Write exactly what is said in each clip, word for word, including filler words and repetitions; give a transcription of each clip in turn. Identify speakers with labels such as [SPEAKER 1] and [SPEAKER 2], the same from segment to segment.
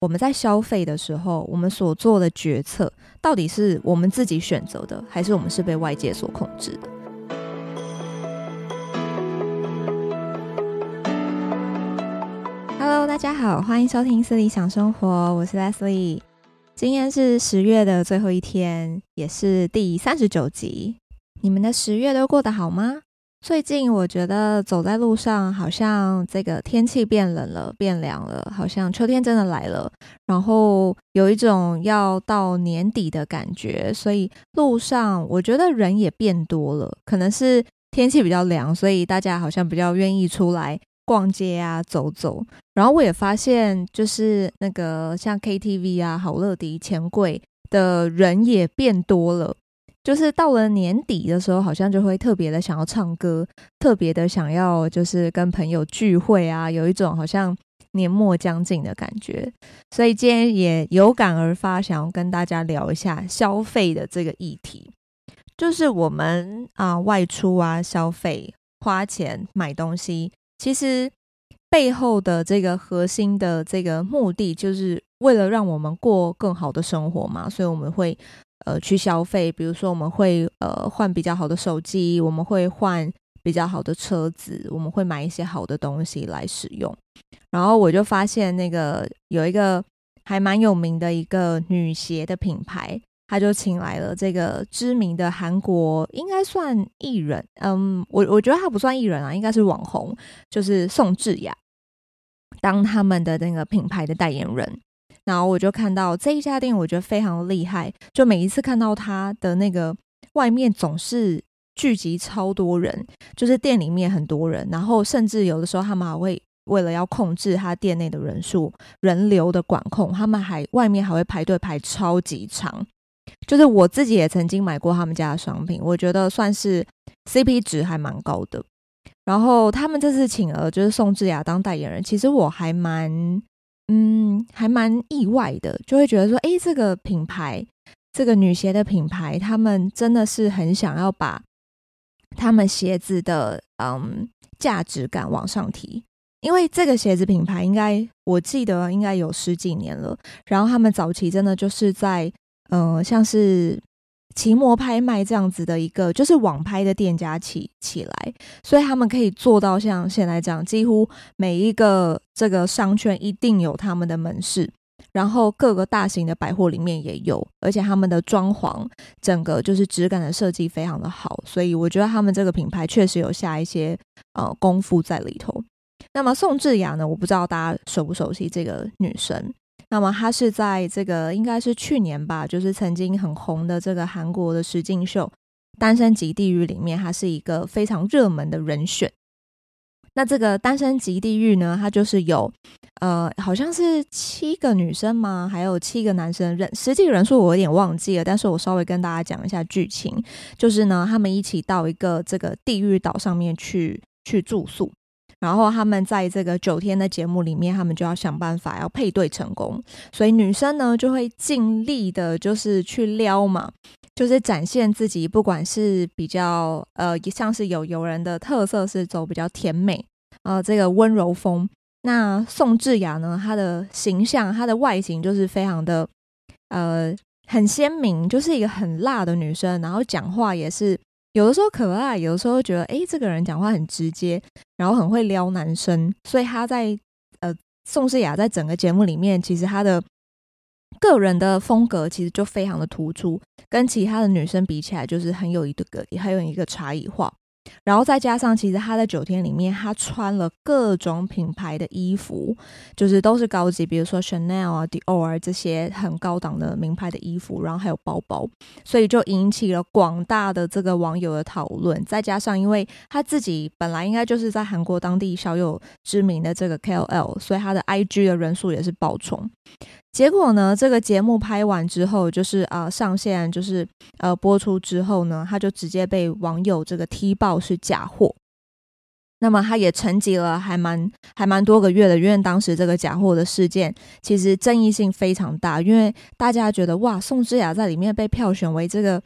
[SPEAKER 1] 我们在消费的时候，我们所做的决策到底是我们自己选择的，还是我们是被外界所控制的？Hello， 大家好，欢迎收听私理想生活，我是 Leslie。今天是十月的最后一天，也是第三十九集。你们的十月都过得好吗？最近我觉得走在路上，好像这个天气变冷了，变凉了，好像秋天真的来了，然后有一种要到年底的感觉，所以路上我觉得人也变多了，可能是天气比较凉，所以大家好像比较愿意出来逛街啊，走走。然后我也发现，就是那个像 K T V 啊、好乐迪、钱柜的人也变多了。就是到了年底的时候，好像就会特别的想要唱歌，特别的想要就是跟朋友聚会啊，有一种好像年末将近的感觉。所以今天也有感而发，想要跟大家聊一下消费的这个议题。就是我们啊、呃、外出啊消费花钱买东西，其实背后的这个核心的这个目的，就是为了让我们过更好的生活嘛，所以我们会呃去消费。比如说我们会呃换比较好的手机，我们会换比较好的车子，我们会买一些好的东西来使用。然后我就发现那个有一个还蛮有名的一个女鞋的品牌，他就请来了这个知名的韩国应该算艺人，嗯，我我觉得他不算艺人啊，应该是网红，就是宋智雅当他们的那个品牌的代言人。然后我就看到这一家店，我觉得非常厉害，就每一次看到他的那个外面总是聚集超多人，就是店里面很多人，然后甚至有的时候他们还会为了要控制他店内的人数人流的管控，他们还外面还会排队排超级长。就是我自己也曾经买过他们家的商品，我觉得算是 C P 值还蛮高的。然后他们这次请了就是宋智雅当代言人，其实我还蛮嗯还蛮意外的，就会觉得说诶，这个品牌，这个女鞋的品牌，他们真的是很想要把他们鞋子的嗯价值感往上提。因为这个鞋子品牌应该我记得应该有十几年了，然后他们早期真的就是在呃，像是奇摩拍卖这样子的一个就是网拍的店家起起来，所以他们可以做到像现在这样，几乎每一个这个商圈一定有他们的门市，然后各个大型的百货里面也有，而且他们的装潢整个就是质感的设计非常的好，所以我觉得他们这个品牌确实有下一些呃功夫在里头。那么宋智雅呢，我不知道大家熟不熟悉这个女生。那么她是在这个应该是去年吧，就是曾经很红的这个韩国的实境秀《单身即地狱》里面，她是一个非常热门的人选。那这个《单身即地狱》呢，它就是有呃好像是七个女生吗？还有七个男生，人实际人数我有点忘记了，但是我稍微跟大家讲一下剧情，就是呢，他们一起到一个这个地狱岛上面去去住宿。然后他们在这个九天的节目里面，他们就要想办法要配对成功，所以女生呢就会尽力的就是去撩嘛，就是展现自己，不管是比较呃像是有有人的特色是走比较甜美呃这个温柔风，那宋智雅呢，她的形象她的外形就是非常的呃很鲜明，就是一个很辣的女生，然后讲话也是有的时候可爱，有的时候觉得诶这个人讲话很直接，然后很会撩男生，所以他在呃宋智雅在整个节目里面，其实他的个人的风格其实就非常的突出，跟其他的女生比起来，就是很有一个很有一个差异化。然后再加上其实他在九天里面他穿了各种品牌的衣服，就是都是高级，比如说 Chanel 啊 Dior 啊这些很高档的名牌的衣服，然后还有包包，所以就引起了广大的这个网友的讨论。再加上因为他自己本来应该就是在韩国当地小有知名的这个 K O L， 所以他的 I G 的人数也是爆冲。结果呢，这个节目拍完之后，就是呃上线，就是呃播出之后呢，他就直接被网友这个踢爆是假货。那么他也沉寂了还蛮还蛮多个月的，因为当时这个假货的事件其实争议性非常大，因为大家觉得哇，宋智雅在里面被票选为这个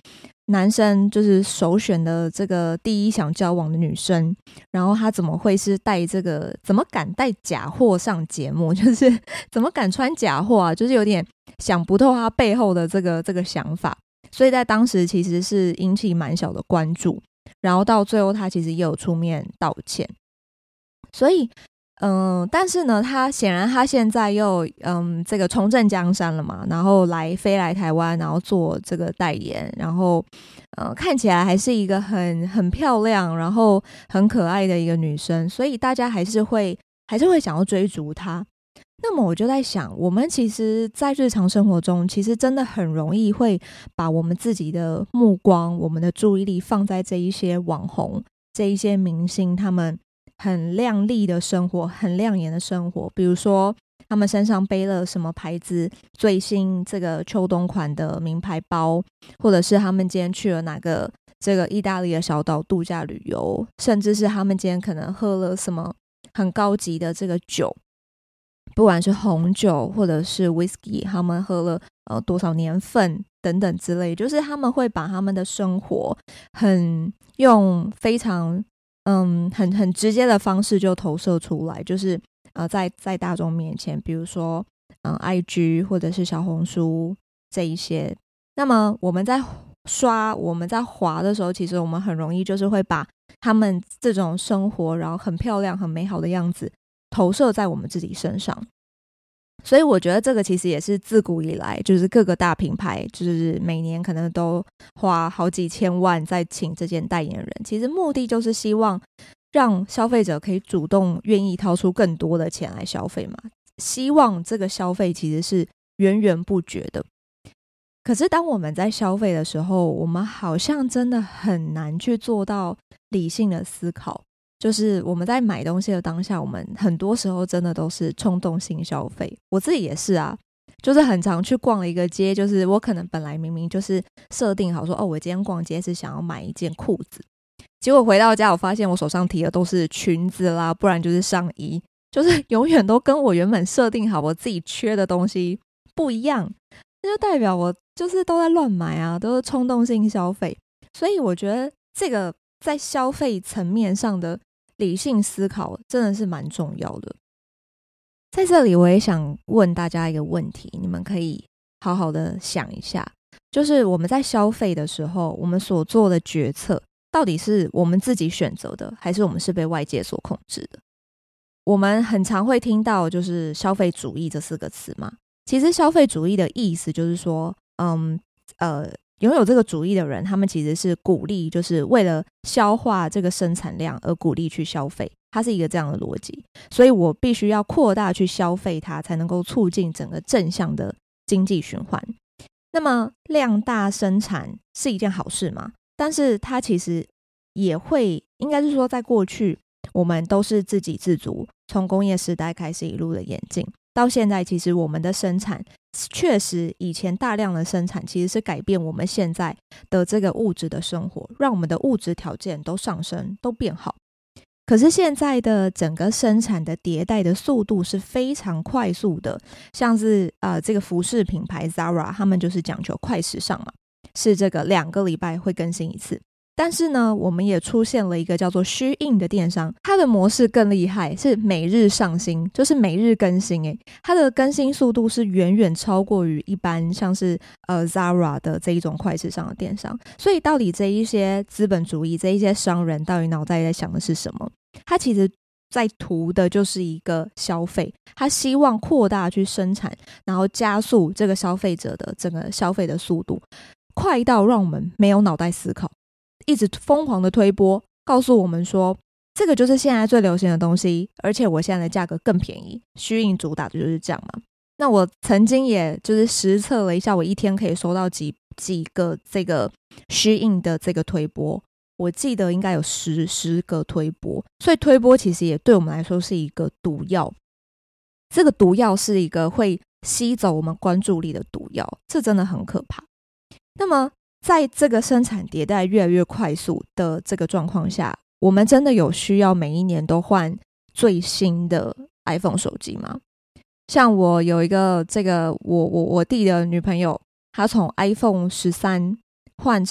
[SPEAKER 1] 男生就是首选的这个第一想交往的女生，然后他怎么会是带这个，怎么敢带假货上节目，就是怎么敢穿假货啊，就是有点想不透他背后的这个这个想法，所以在当时其实是引起蛮小的关注，然后到最后他其实也有出面道歉。所以嗯、呃，但是呢，他显然他现在又嗯这个重振江山了嘛，然后来飞来台湾，然后做这个代言，然后呃看起来还是一个很很漂亮，然后很可爱的一个女生，所以大家还是会还是会想要追逐她。那么我就在想，我们其实在日常生活中，其实真的很容易会把我们自己的目光、我们的注意力放在这一些网红、这一些明星他们很亮丽的生活，很亮眼的生活，比如说他们身上背了什么牌子最新这个秋冬款的名牌包，或者是他们今天去了哪个这个意大利的小岛度假旅游，甚至是他们今天可能喝了什么很高级的这个酒，不管是红酒或者是 whisky， 他们喝了呃多少年份等等之类，就是他们会把他们的生活很用非常嗯，很很直接的方式就投射出来，就是呃，在在大众面前，比如说嗯 I G 或者是小红书这一些。那么我们在刷、我们在滑的时候，其实我们很容易就是会把他们这种生活，然后很漂亮、很美好的样子投射在我们自己身上。所以我觉得这个其实也是自古以来，就是各个大品牌就是每年可能都花好几千万在请这件代言人，其实目的就是希望让消费者可以主动愿意掏出更多的钱来消费嘛，希望这个消费其实是源源不绝的。可是当我们在消费的时候，我们好像真的很难去做到理性的思考，就是我们在买东西的当下，我们很多时候真的都是冲动性消费。我自己也是啊，就是很常去逛了一个街，就是我可能本来明明就是设定好说，哦，我今天逛街是想要买一件裤子，结果回到家我发现我手上提的都是裙子啦，不然就是上衣，就是永远都跟我原本设定好我自己缺的东西不一样，那就代表我就是都在乱买啊，都是冲动性消费。所以我觉得这个在消费层面上的理性思考真的是蛮重要的。在这里我也想问大家一个问题，你们可以好好的想一下，就是我们在消费的时候，我们所做的决策到底是我们自己选择的，还是我们是被外界所控制的？我们很常会听到就是消费主义这四个词嘛，其实消费主义的意思就是说嗯呃拥有这个主义的人，他们其实是鼓励，就是为了消化这个生产量而鼓励去消费，它是一个这样的逻辑。所以我必须要扩大去消费它，才能够促进整个正向的经济循环。那么量大生产是一件好事吗？但是它其实也会，应该是说在过去我们都是自给自足，从工业时代开始一路的演进到现在，其实我们的生产确实以前大量的生产其实是改变我们现在的这个物质的生活，让我们的物质条件都上升，都变好。可是现在的整个生产的迭代的速度是非常快速的，像是呃这个服饰品牌 Zara 他们就是讲求快时尚嘛，是这个两个礼拜会更新一次。但是呢，我们也出现了一个叫做虚印的电商，它的模式更厉害，是每日上新，就是每日更新诶，它的更新速度是远远超过于一般像是呃 Zara 的这一种快时尚的电商。所以到底这一些资本主义，这一些商人到底脑袋在想的是什么？他其实在图的就是一个消费，他希望扩大去生产，然后加速这个消费者的整个消费的速度，快到让我们没有脑袋思考，一直疯狂的推播，告诉我们说这个就是现在最流行的东西，而且我现在的价格更便宜，虚印主打的就是这样嘛。那我曾经也就是实测了一下，我一天可以收到几几个这个虚印的这个推播，我记得应该有十十个推播，所以推播其实也对我们来说是一个毒药。这个毒药是一个会吸走我们关注力的毒药，这真的很可怕。那么在这个生产迭代越来越快速的这个状况下，我们真的有需要每一年都换最新的 iPhone 手机吗？像我有一个这个我我我弟的女朋友，她从 iPhone 十三换成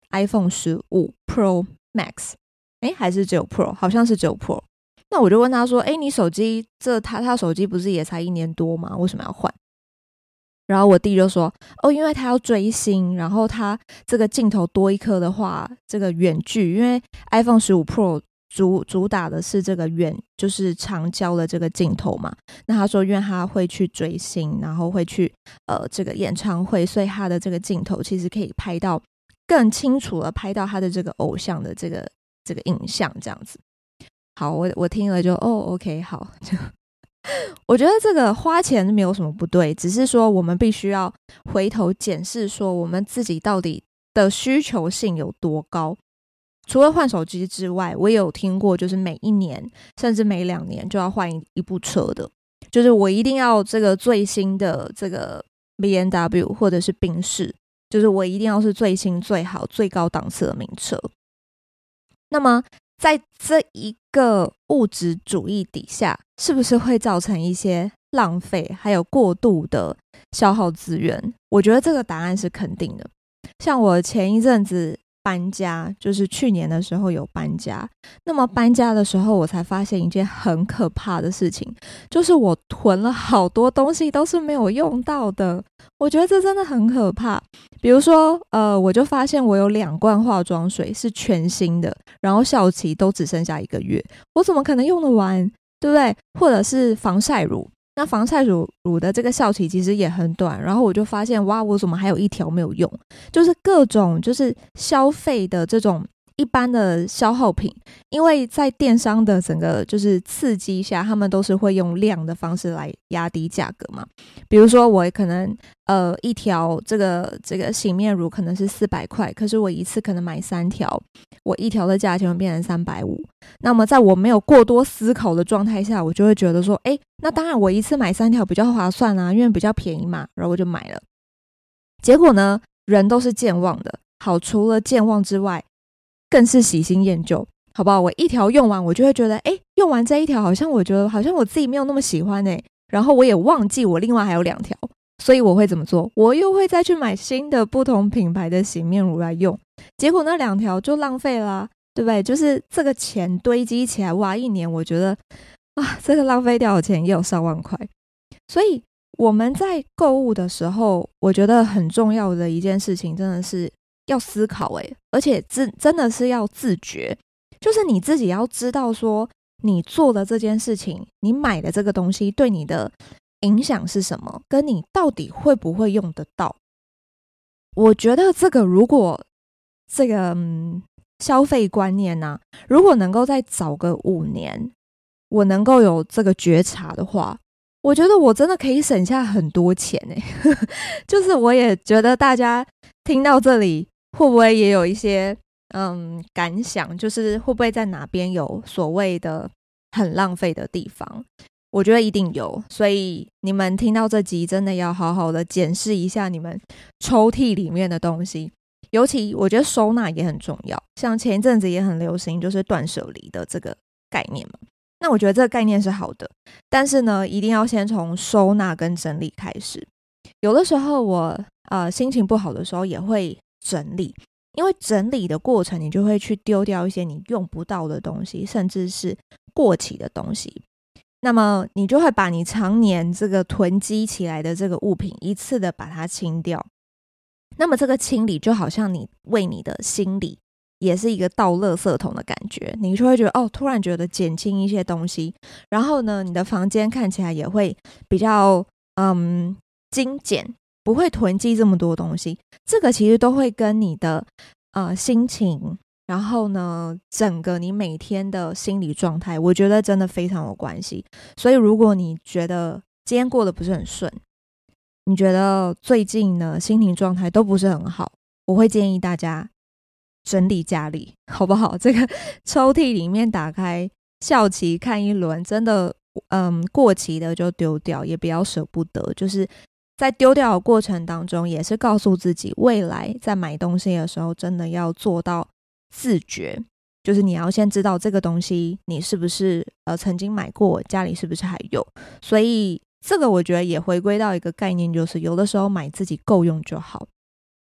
[SPEAKER 1] iPhone 十五 Pro Max， 诶还是只有 Pro， 好像是只有 Pro。 那我就问他说，诶你手机这他他手机不是也才一年多吗？为什么要换？然后我弟就说，哦，因为他要追星，然后他这个镜头多一颗的话，这个远距，因为 iPhone 十五 Pro 主主打的是这个远，就是长焦的这个镜头嘛。那他说，因为他会去追星，然后会去呃这个演唱会，所以他的这个镜头其实可以拍到更清楚的拍到他的这个偶像的这个这个影像，这样子。好，我我听了就哦 ，OK， 好。我觉得这个花钱没有什么不对，只是说我们必须要回头检视说我们自己到底的需求性有多高。除了换手机之外，我也有听过就是每一年甚至每两年就要换 一, 一部车的，就是我一定要这个最新的这个 B M W 或者是宾士，就是我一定要是最新最好最高档次的名车。那么在这一个物质主义底下，是不是会造成一些浪费还有过度的消耗资源？我觉得这个答案是肯定的。像我前一阵子搬家，就是去年的时候有搬家，那么搬家的时候我才发现一件很可怕的事情，就是我囤了好多东西都是没有用到的。我觉得这真的很可怕。比如说呃，我就发现我有两罐化妆水是全新的，然后效期都只剩下一个月，我怎么可能用得完，对不对？或者是防晒乳，那防晒乳乳的这个效期其实也很短，然后我就发现哇，我怎么还有一条没有用？就是各种就是消费的这种一般的消耗品，因为在电商的整个就是刺激下，他们都是会用量的方式来压低价格嘛。比如说我可能呃一条这个这个洗面乳可能是四百块，可是我一次可能买三条，我一条的价钱会变成三百五十。那么在我没有过多思考的状态下，我就会觉得说，诶，那当然我一次买三条比较划算啊，因为比较便宜嘛，然后我就买了。结果呢，人都是健忘的，好，除了健忘之外，更是喜新厌旧，好不好？我一条用完，我就会觉得，诶，用完这一条，好像我觉得好像我自己没有那么喜欢诶，然后我也忘记我另外还有两条，所以我会怎么做？我又会再去买新的不同品牌的洗面乳来用，结果那两条就浪费啦，对不对？就是这个钱堆积起来，哇，一年我觉得啊，这个浪费掉的钱也有上万块。所以我们在购物的时候，我觉得很重要的一件事情真的是要思考诶，而且真真的是要自觉，就是你自己要知道说你做的这件事情，你买的这个东西对你的影响是什么，跟你到底会不会用得到。我觉得这个如果这个、嗯、消费观念啊，如果能够再早个五年，我能够有这个觉察的话，我觉得我真的可以省下很多钱欸就是我也觉得大家听到这里会不会也有一些嗯感想，就是会不会在哪边有所谓的很浪费的地方？我觉得一定有，所以你们听到这集真的要好好的检视一下你们抽屉里面的东西，尤其我觉得收纳也很重要。像前一阵子也很流行就是断舍离的这个概念嘛，那我觉得这个概念是好的，但是呢一定要先从收纳跟整理开始。有的时候我呃心情不好的时候也会整理，因为整理的过程你就会去丢掉一些你用不到的东西，甚至是过期的东西，那么你就会把你常年这个囤积起来的这个物品一次的把它清掉。那么这个清理就好像你为你的心理也是一个倒垃圾桶的感觉，你就会觉得哦，突然觉得减轻一些东西，然后呢你的房间看起来也会比较嗯精简，不会囤积这么多东西。这个其实都会跟你的呃心情，然后呢整个你每天的心理状态，我觉得真的非常有关系。所以如果你觉得今天过得不是很顺，你觉得最近呢心情状态都不是很好，我会建议大家整理家里，好不好？这个抽屉里面打开，效期看一轮，真的嗯过期的就丢掉，也不要舍不得。就是在丢掉的过程当中，也是告诉自己未来在买东西的时候真的要做到自觉，就是你要先知道这个东西你是不是呃曾经买过，家里是不是还有。所以这个我觉得也回归到一个概念，就是有的时候买自己够用就好，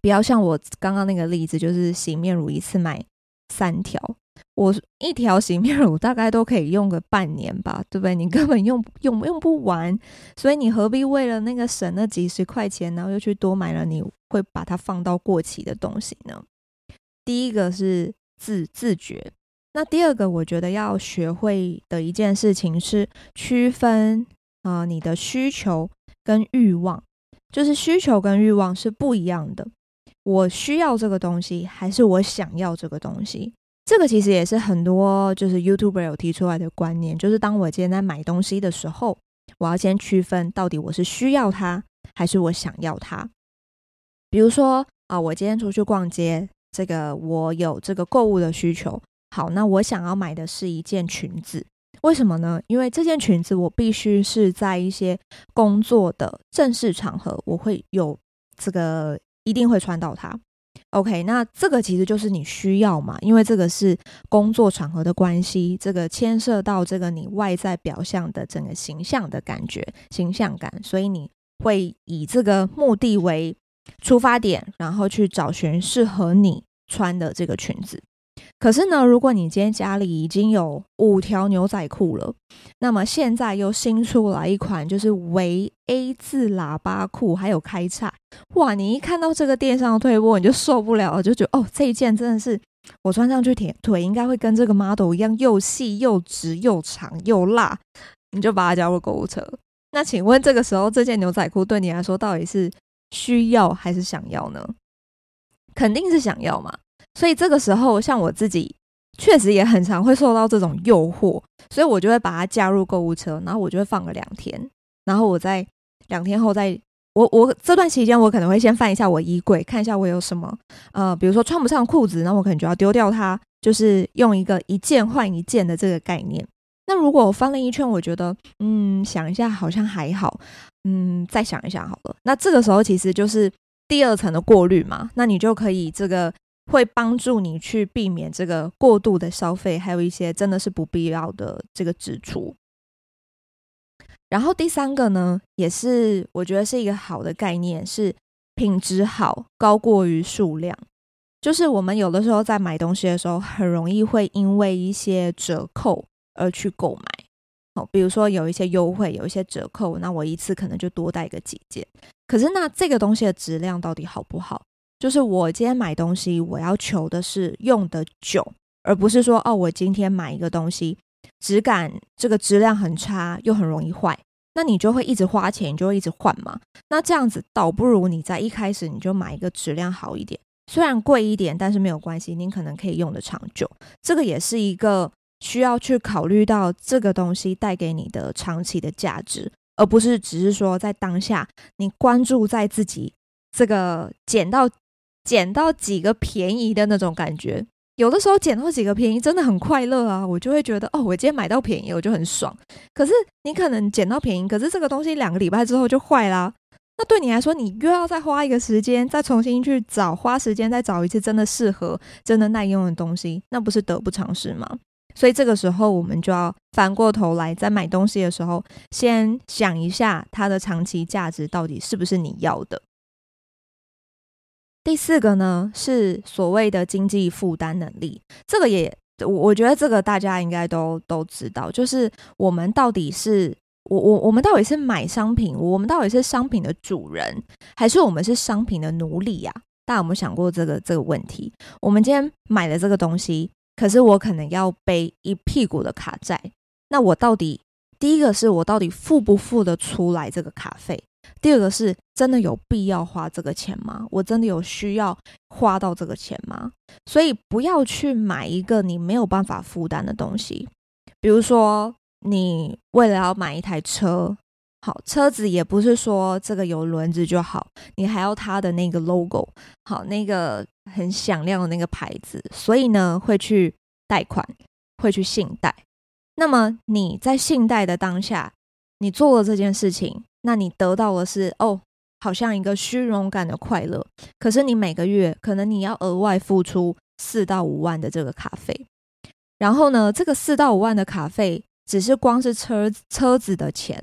[SPEAKER 1] 不要像我刚刚那个例子，就是洗面乳一次买三条，我一条洗面乳大概都可以用个半年吧，对不对？你根本用用用不完，所以你何必为了那个省那几十块钱，然后又去多买了你会把它放到过期的东西呢？第一个是自自觉，那第二个我觉得要学会的一件事情是区分呃你的需求跟欲望，就是需求跟欲望是不一样的。我需要这个东西还是我想要这个东西，这个其实也是很多就是 YouTuber 有提出来的观念，就是当我今天在买东西的时候，我要先区分到底我是需要它还是我想要它。比如说啊，我今天出去逛街，这个我有这个购物的需求，好，那我想要买的是一件裙子，为什么呢？因为这件裙子我必须是在一些工作的正式场合，我会有这个一定会穿到它。OK， 那这个其实就是你需要嘛，因为这个是工作场合的关系，这个牵涉到这个你外在表象的整个形象的感觉、形象感，所以你会以这个目的为出发点，然后去找寻适合你穿的这个裙子。可是呢，如果你今天家里已经有五条牛仔裤了，那么现在又新出来一款就是围 A 字喇叭裤还有开叉，哇，你一看到这个电商的推播你就受不了了，就觉得哦，这一件真的是我穿上去腿腿应该会跟这个 model 一样又细又直又长又辣，你就把它加入购物车。那请问这个时候这件牛仔裤对你来说到底是需要还是想要呢？肯定是想要嘛。所以这个时候像我自己确实也很常会受到这种诱惑，所以我就会把它加入购物车，然后我就会放个两天，然后我在两天后再我我这段期间我可能会先翻一下我衣柜，看一下我有什么呃，比如说穿不上裤子，那我可能就要丢掉它，就是用一个一件换一件的这个概念。那如果我翻了一圈，我觉得嗯想一下好像还好，嗯再想一下好了，那这个时候其实就是第二层的过滤嘛，那你就可以这个会帮助你去避免这个过度的消费，还有一些真的是不必要的这个支出。然后第三个呢，也是我觉得是一个好的概念，是品质好高过于数量。就是我们有的时候在买东西的时候，很容易会因为一些折扣而去购买。哦，比如说有一些优惠，有一些折扣，那我一次可能就多带个几件。可是那这个东西的质量到底好不好？就是我今天买东西，我要求的是用的久，而不是说哦，我今天买一个东西，质感这个质量很差，又很容易坏，那你就会一直花钱，你就会一直换嘛。那这样子倒不如你在一开始你就买一个质量好一点，虽然贵一点，但是没有关系，你可能可以用得长久。这个也是一个需要去考虑到这个东西带给你的长期的价值，而不是只是说在当下你关注在自己这个捡到捡到几个便宜的那种感觉。有的时候捡到几个便宜真的很快乐啊，我就会觉得哦，我今天买到便宜我就很爽。可是你可能捡到便宜，可是这个东西两个礼拜之后就坏啦，那对你来说你又要再花一个时间再重新去找，花时间再找一次真的适合真的耐用的东西，那不是得不偿失吗？所以这个时候我们就要反过头来，在买东西的时候先想一下它的长期价值到底是不是你要的。第四个呢，是所谓的经济负担能力。这个也我觉得这个大家应该都都知道，就是我们到底是我我我们到底是买商品，我们到底是商品的主人，还是我们是商品的奴隶啊？大家有没有想过这个这个问题？我们今天买了这个东西，可是我可能要背一屁股的卡债，那我到底第一个是我到底付不付得出来这个卡费？第二个是真的有必要花这个钱吗？我真的有需要花到这个钱吗？所以不要去买一个你没有办法负担的东西。比如说你为了要买一台车，好，车子也不是说这个有轮子就好，你还要它的那个 logo， 好，那个很响亮的那个牌子，所以呢会去贷款，会去信贷。那么你在信贷的当下，你做了这件事情，那你得到的是哦，好像一个虚荣感的快乐。可是你每个月可能你要额外付出四到五万的这个卡费，然后呢，这个四到五万的卡费只是光是车车子的钱哦，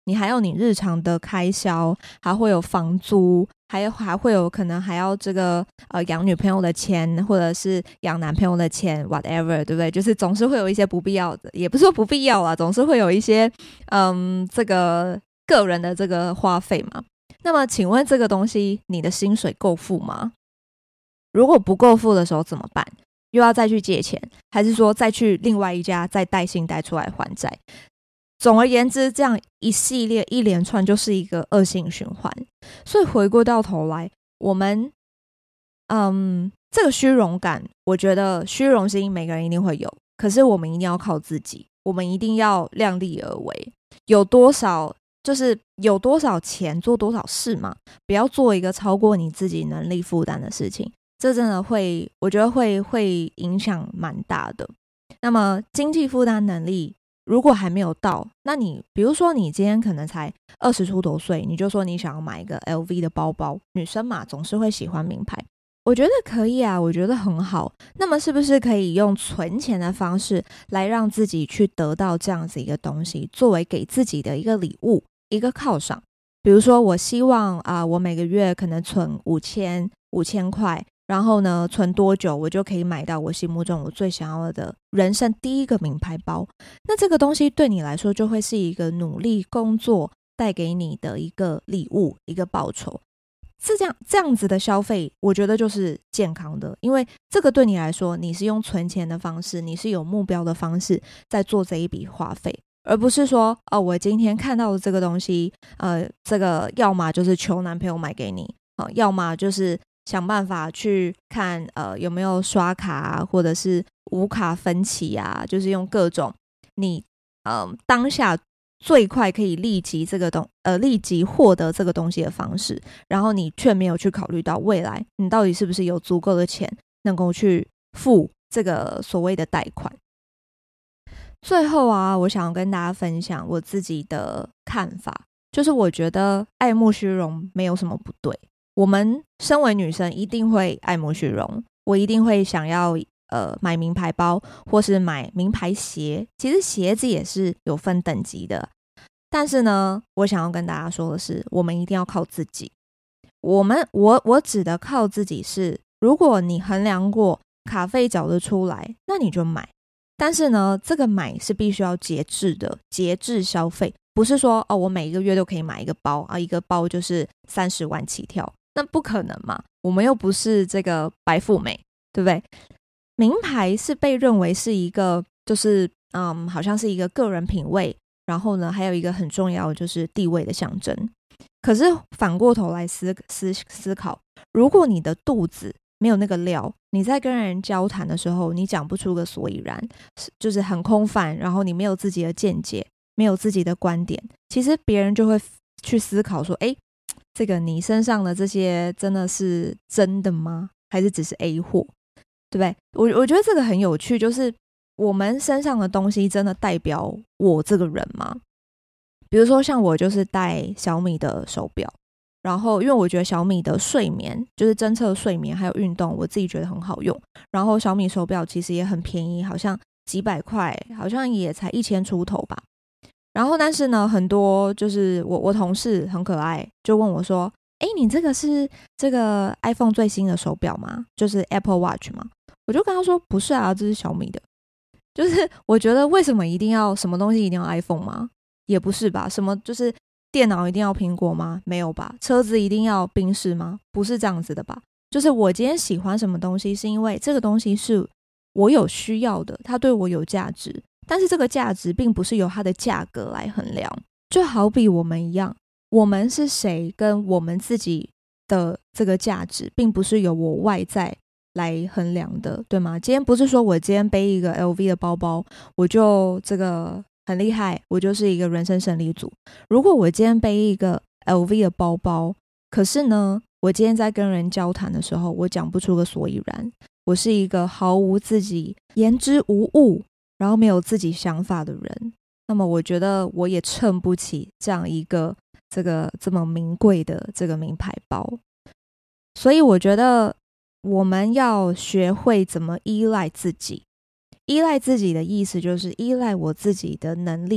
[SPEAKER 1] 你还有你日常的开销，还会有房租，还有还会有可能还要这个呃养女朋友的钱，或者是养男朋友的钱 whatever， 对不对？就是总是会有一些不必要的，也不是说不必要啦，总是会有一些嗯这个个人的这个花费嘛。那么请问这个东西你的薪水够付吗？如果不够付的时候怎么办？又要再去借钱，还是说再去另外一家再贷信贷出来还债？总而言之，这样一系列一连串就是一个恶性循环。所以回过到头来，我们嗯，这个虚荣感，我觉得虚荣心每个人一定会有，可是我们一定要靠自己，我们一定要量力而为。有多少就是有多少钱做多少事嘛，不要做一个超过你自己能力负担的事情，这真的会，我觉得会会影响蛮大的。那么经济负担能力如果还没有到，那你比如说你今天可能才二十出头岁，你就说你想要买一个 L V 的包包，女生嘛总是会喜欢名牌，我觉得可以啊，我觉得很好。那么是不是可以用存钱的方式来让自己去得到这样子一个东西，作为给自己的一个礼物，一个犒赏？比如说我希望啊、呃，我每个月可能存五千五千块，然后呢，存多久我就可以买到我心目中我最想要的人生第一个名牌包。那这个东西对你来说就会是一个努力工作带给你的一个礼物，一个报酬。是这样这样子的消费，我觉得就是健康的，因为这个对你来说，你是用存钱的方式，你是有目标的方式在做这一笔花费，而不是说哦，我今天看到的这个东西，呃，这个要么就是求男朋友买给你，呃、要么就是想办法去看呃有没有刷卡啊，或者是无卡分期啊，就是用各种你呃当下最快可以立即这个东呃立即获得这个东西的方式，然后你却没有去考虑到未来你到底是不是有足够的钱能够去付这个所谓的贷款。最后啊，我想要跟大家分享我自己的看法，就是我觉得爱慕虚荣没有什么不对。我们身为女生一定会爱慕虚荣，我一定会想要呃买名牌包或是买名牌鞋，其实鞋子也是有分等级的。但是呢，我想要跟大家说的是，我们一定要靠自己。我们我我指的靠自己是，如果你衡量过卡费缴得出来，那你就买。但是呢，这个买是必须要节制的，节制消费，不是说哦，我每一个月都可以买一个包啊，一个包就是三十万起跳，那不可能嘛，我们又不是这个白富美，对不对？名牌是被认为是一个就是嗯，好像是一个个人品味，然后呢还有一个很重要的就是地位的象征。可是反过头来思思思考，如果你的肚子没有那个料，你在跟人交谈的时候你讲不出个所以然，就是很空泛，然后你没有自己的见解，没有自己的观点，其实别人就会去思考说，诶，这个你身上的这些真的是真的吗？还是只是 A 货？对不对？我我觉得这个很有趣，就是我们身上的东西真的代表我这个人吗？比如说像我就是戴小米的手表，然后因为我觉得小米的睡眠就是侦测睡眠还有运动，我自己觉得很好用，然后小米手表其实也很便宜，好像几百块，好像也才一千出头吧。然后但是呢，很多就是我我同事很可爱，就问我说，诶，你这个是这个 iPhone 最新的手表吗？就是 Apple Watch 吗？我就跟他说不是啊，这是小米的。就是我觉得为什么一定要什么东西一定要 iPhone 吗？也不是吧。什么就是电脑一定要苹果吗？没有吧。车子一定要宾士吗？不是这样子的吧。就是我今天喜欢什么东西是因为这个东西是我有需要的，它对我有价值，但是这个价值并不是由它的价格来衡量。就好比我们一样，我们是谁跟我们自己的这个价值并不是由我外在来衡量的，对吗？今天不是说我今天背一个 L V 的包包我就这个很厉害，我就是一个人生胜利组。如果我今天背一个 L V 的包包，可是呢我今天在跟人交谈的时候我讲不出个所以然，我是一个毫无自己言之无物，然后没有自己想法的人，那么我觉得我也撑不起这样一个这个这么名贵的这个名牌包。所以我觉得我们要学会怎么依赖自己。依赖自己的意思就是依赖我自己的能力，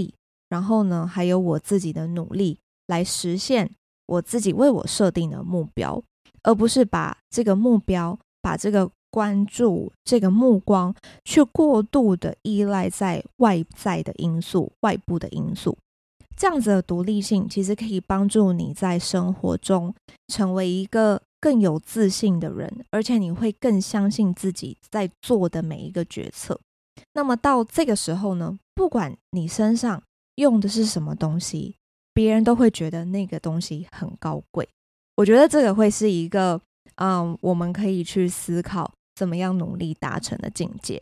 [SPEAKER 1] 然后呢，还有我自己的努力来实现我自己为我设定的目标，而不是把这个目标、把这个关注、这个目光去过度的依赖在外在的因素、外部的因素。这样子的独立性其实可以帮助你在生活中成为一个更有自信的人，而且你会更相信自己在做的每一个决策。那么到这个时候呢，不管你身上用的是什么东西，别人都会觉得那个东西很高贵。我觉得这个会是一个嗯，我们可以去思考怎么样努力达成的境界。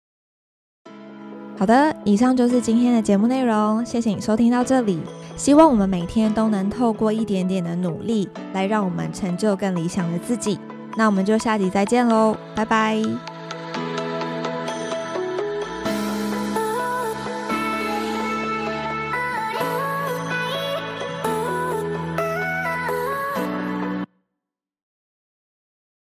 [SPEAKER 1] 好的，以上就是今天的节目内容，谢谢你收听到这里。希望我们每天都能透过一点点的努力，来让我们成就更理想的自己。那我们就下集再见咯，拜拜。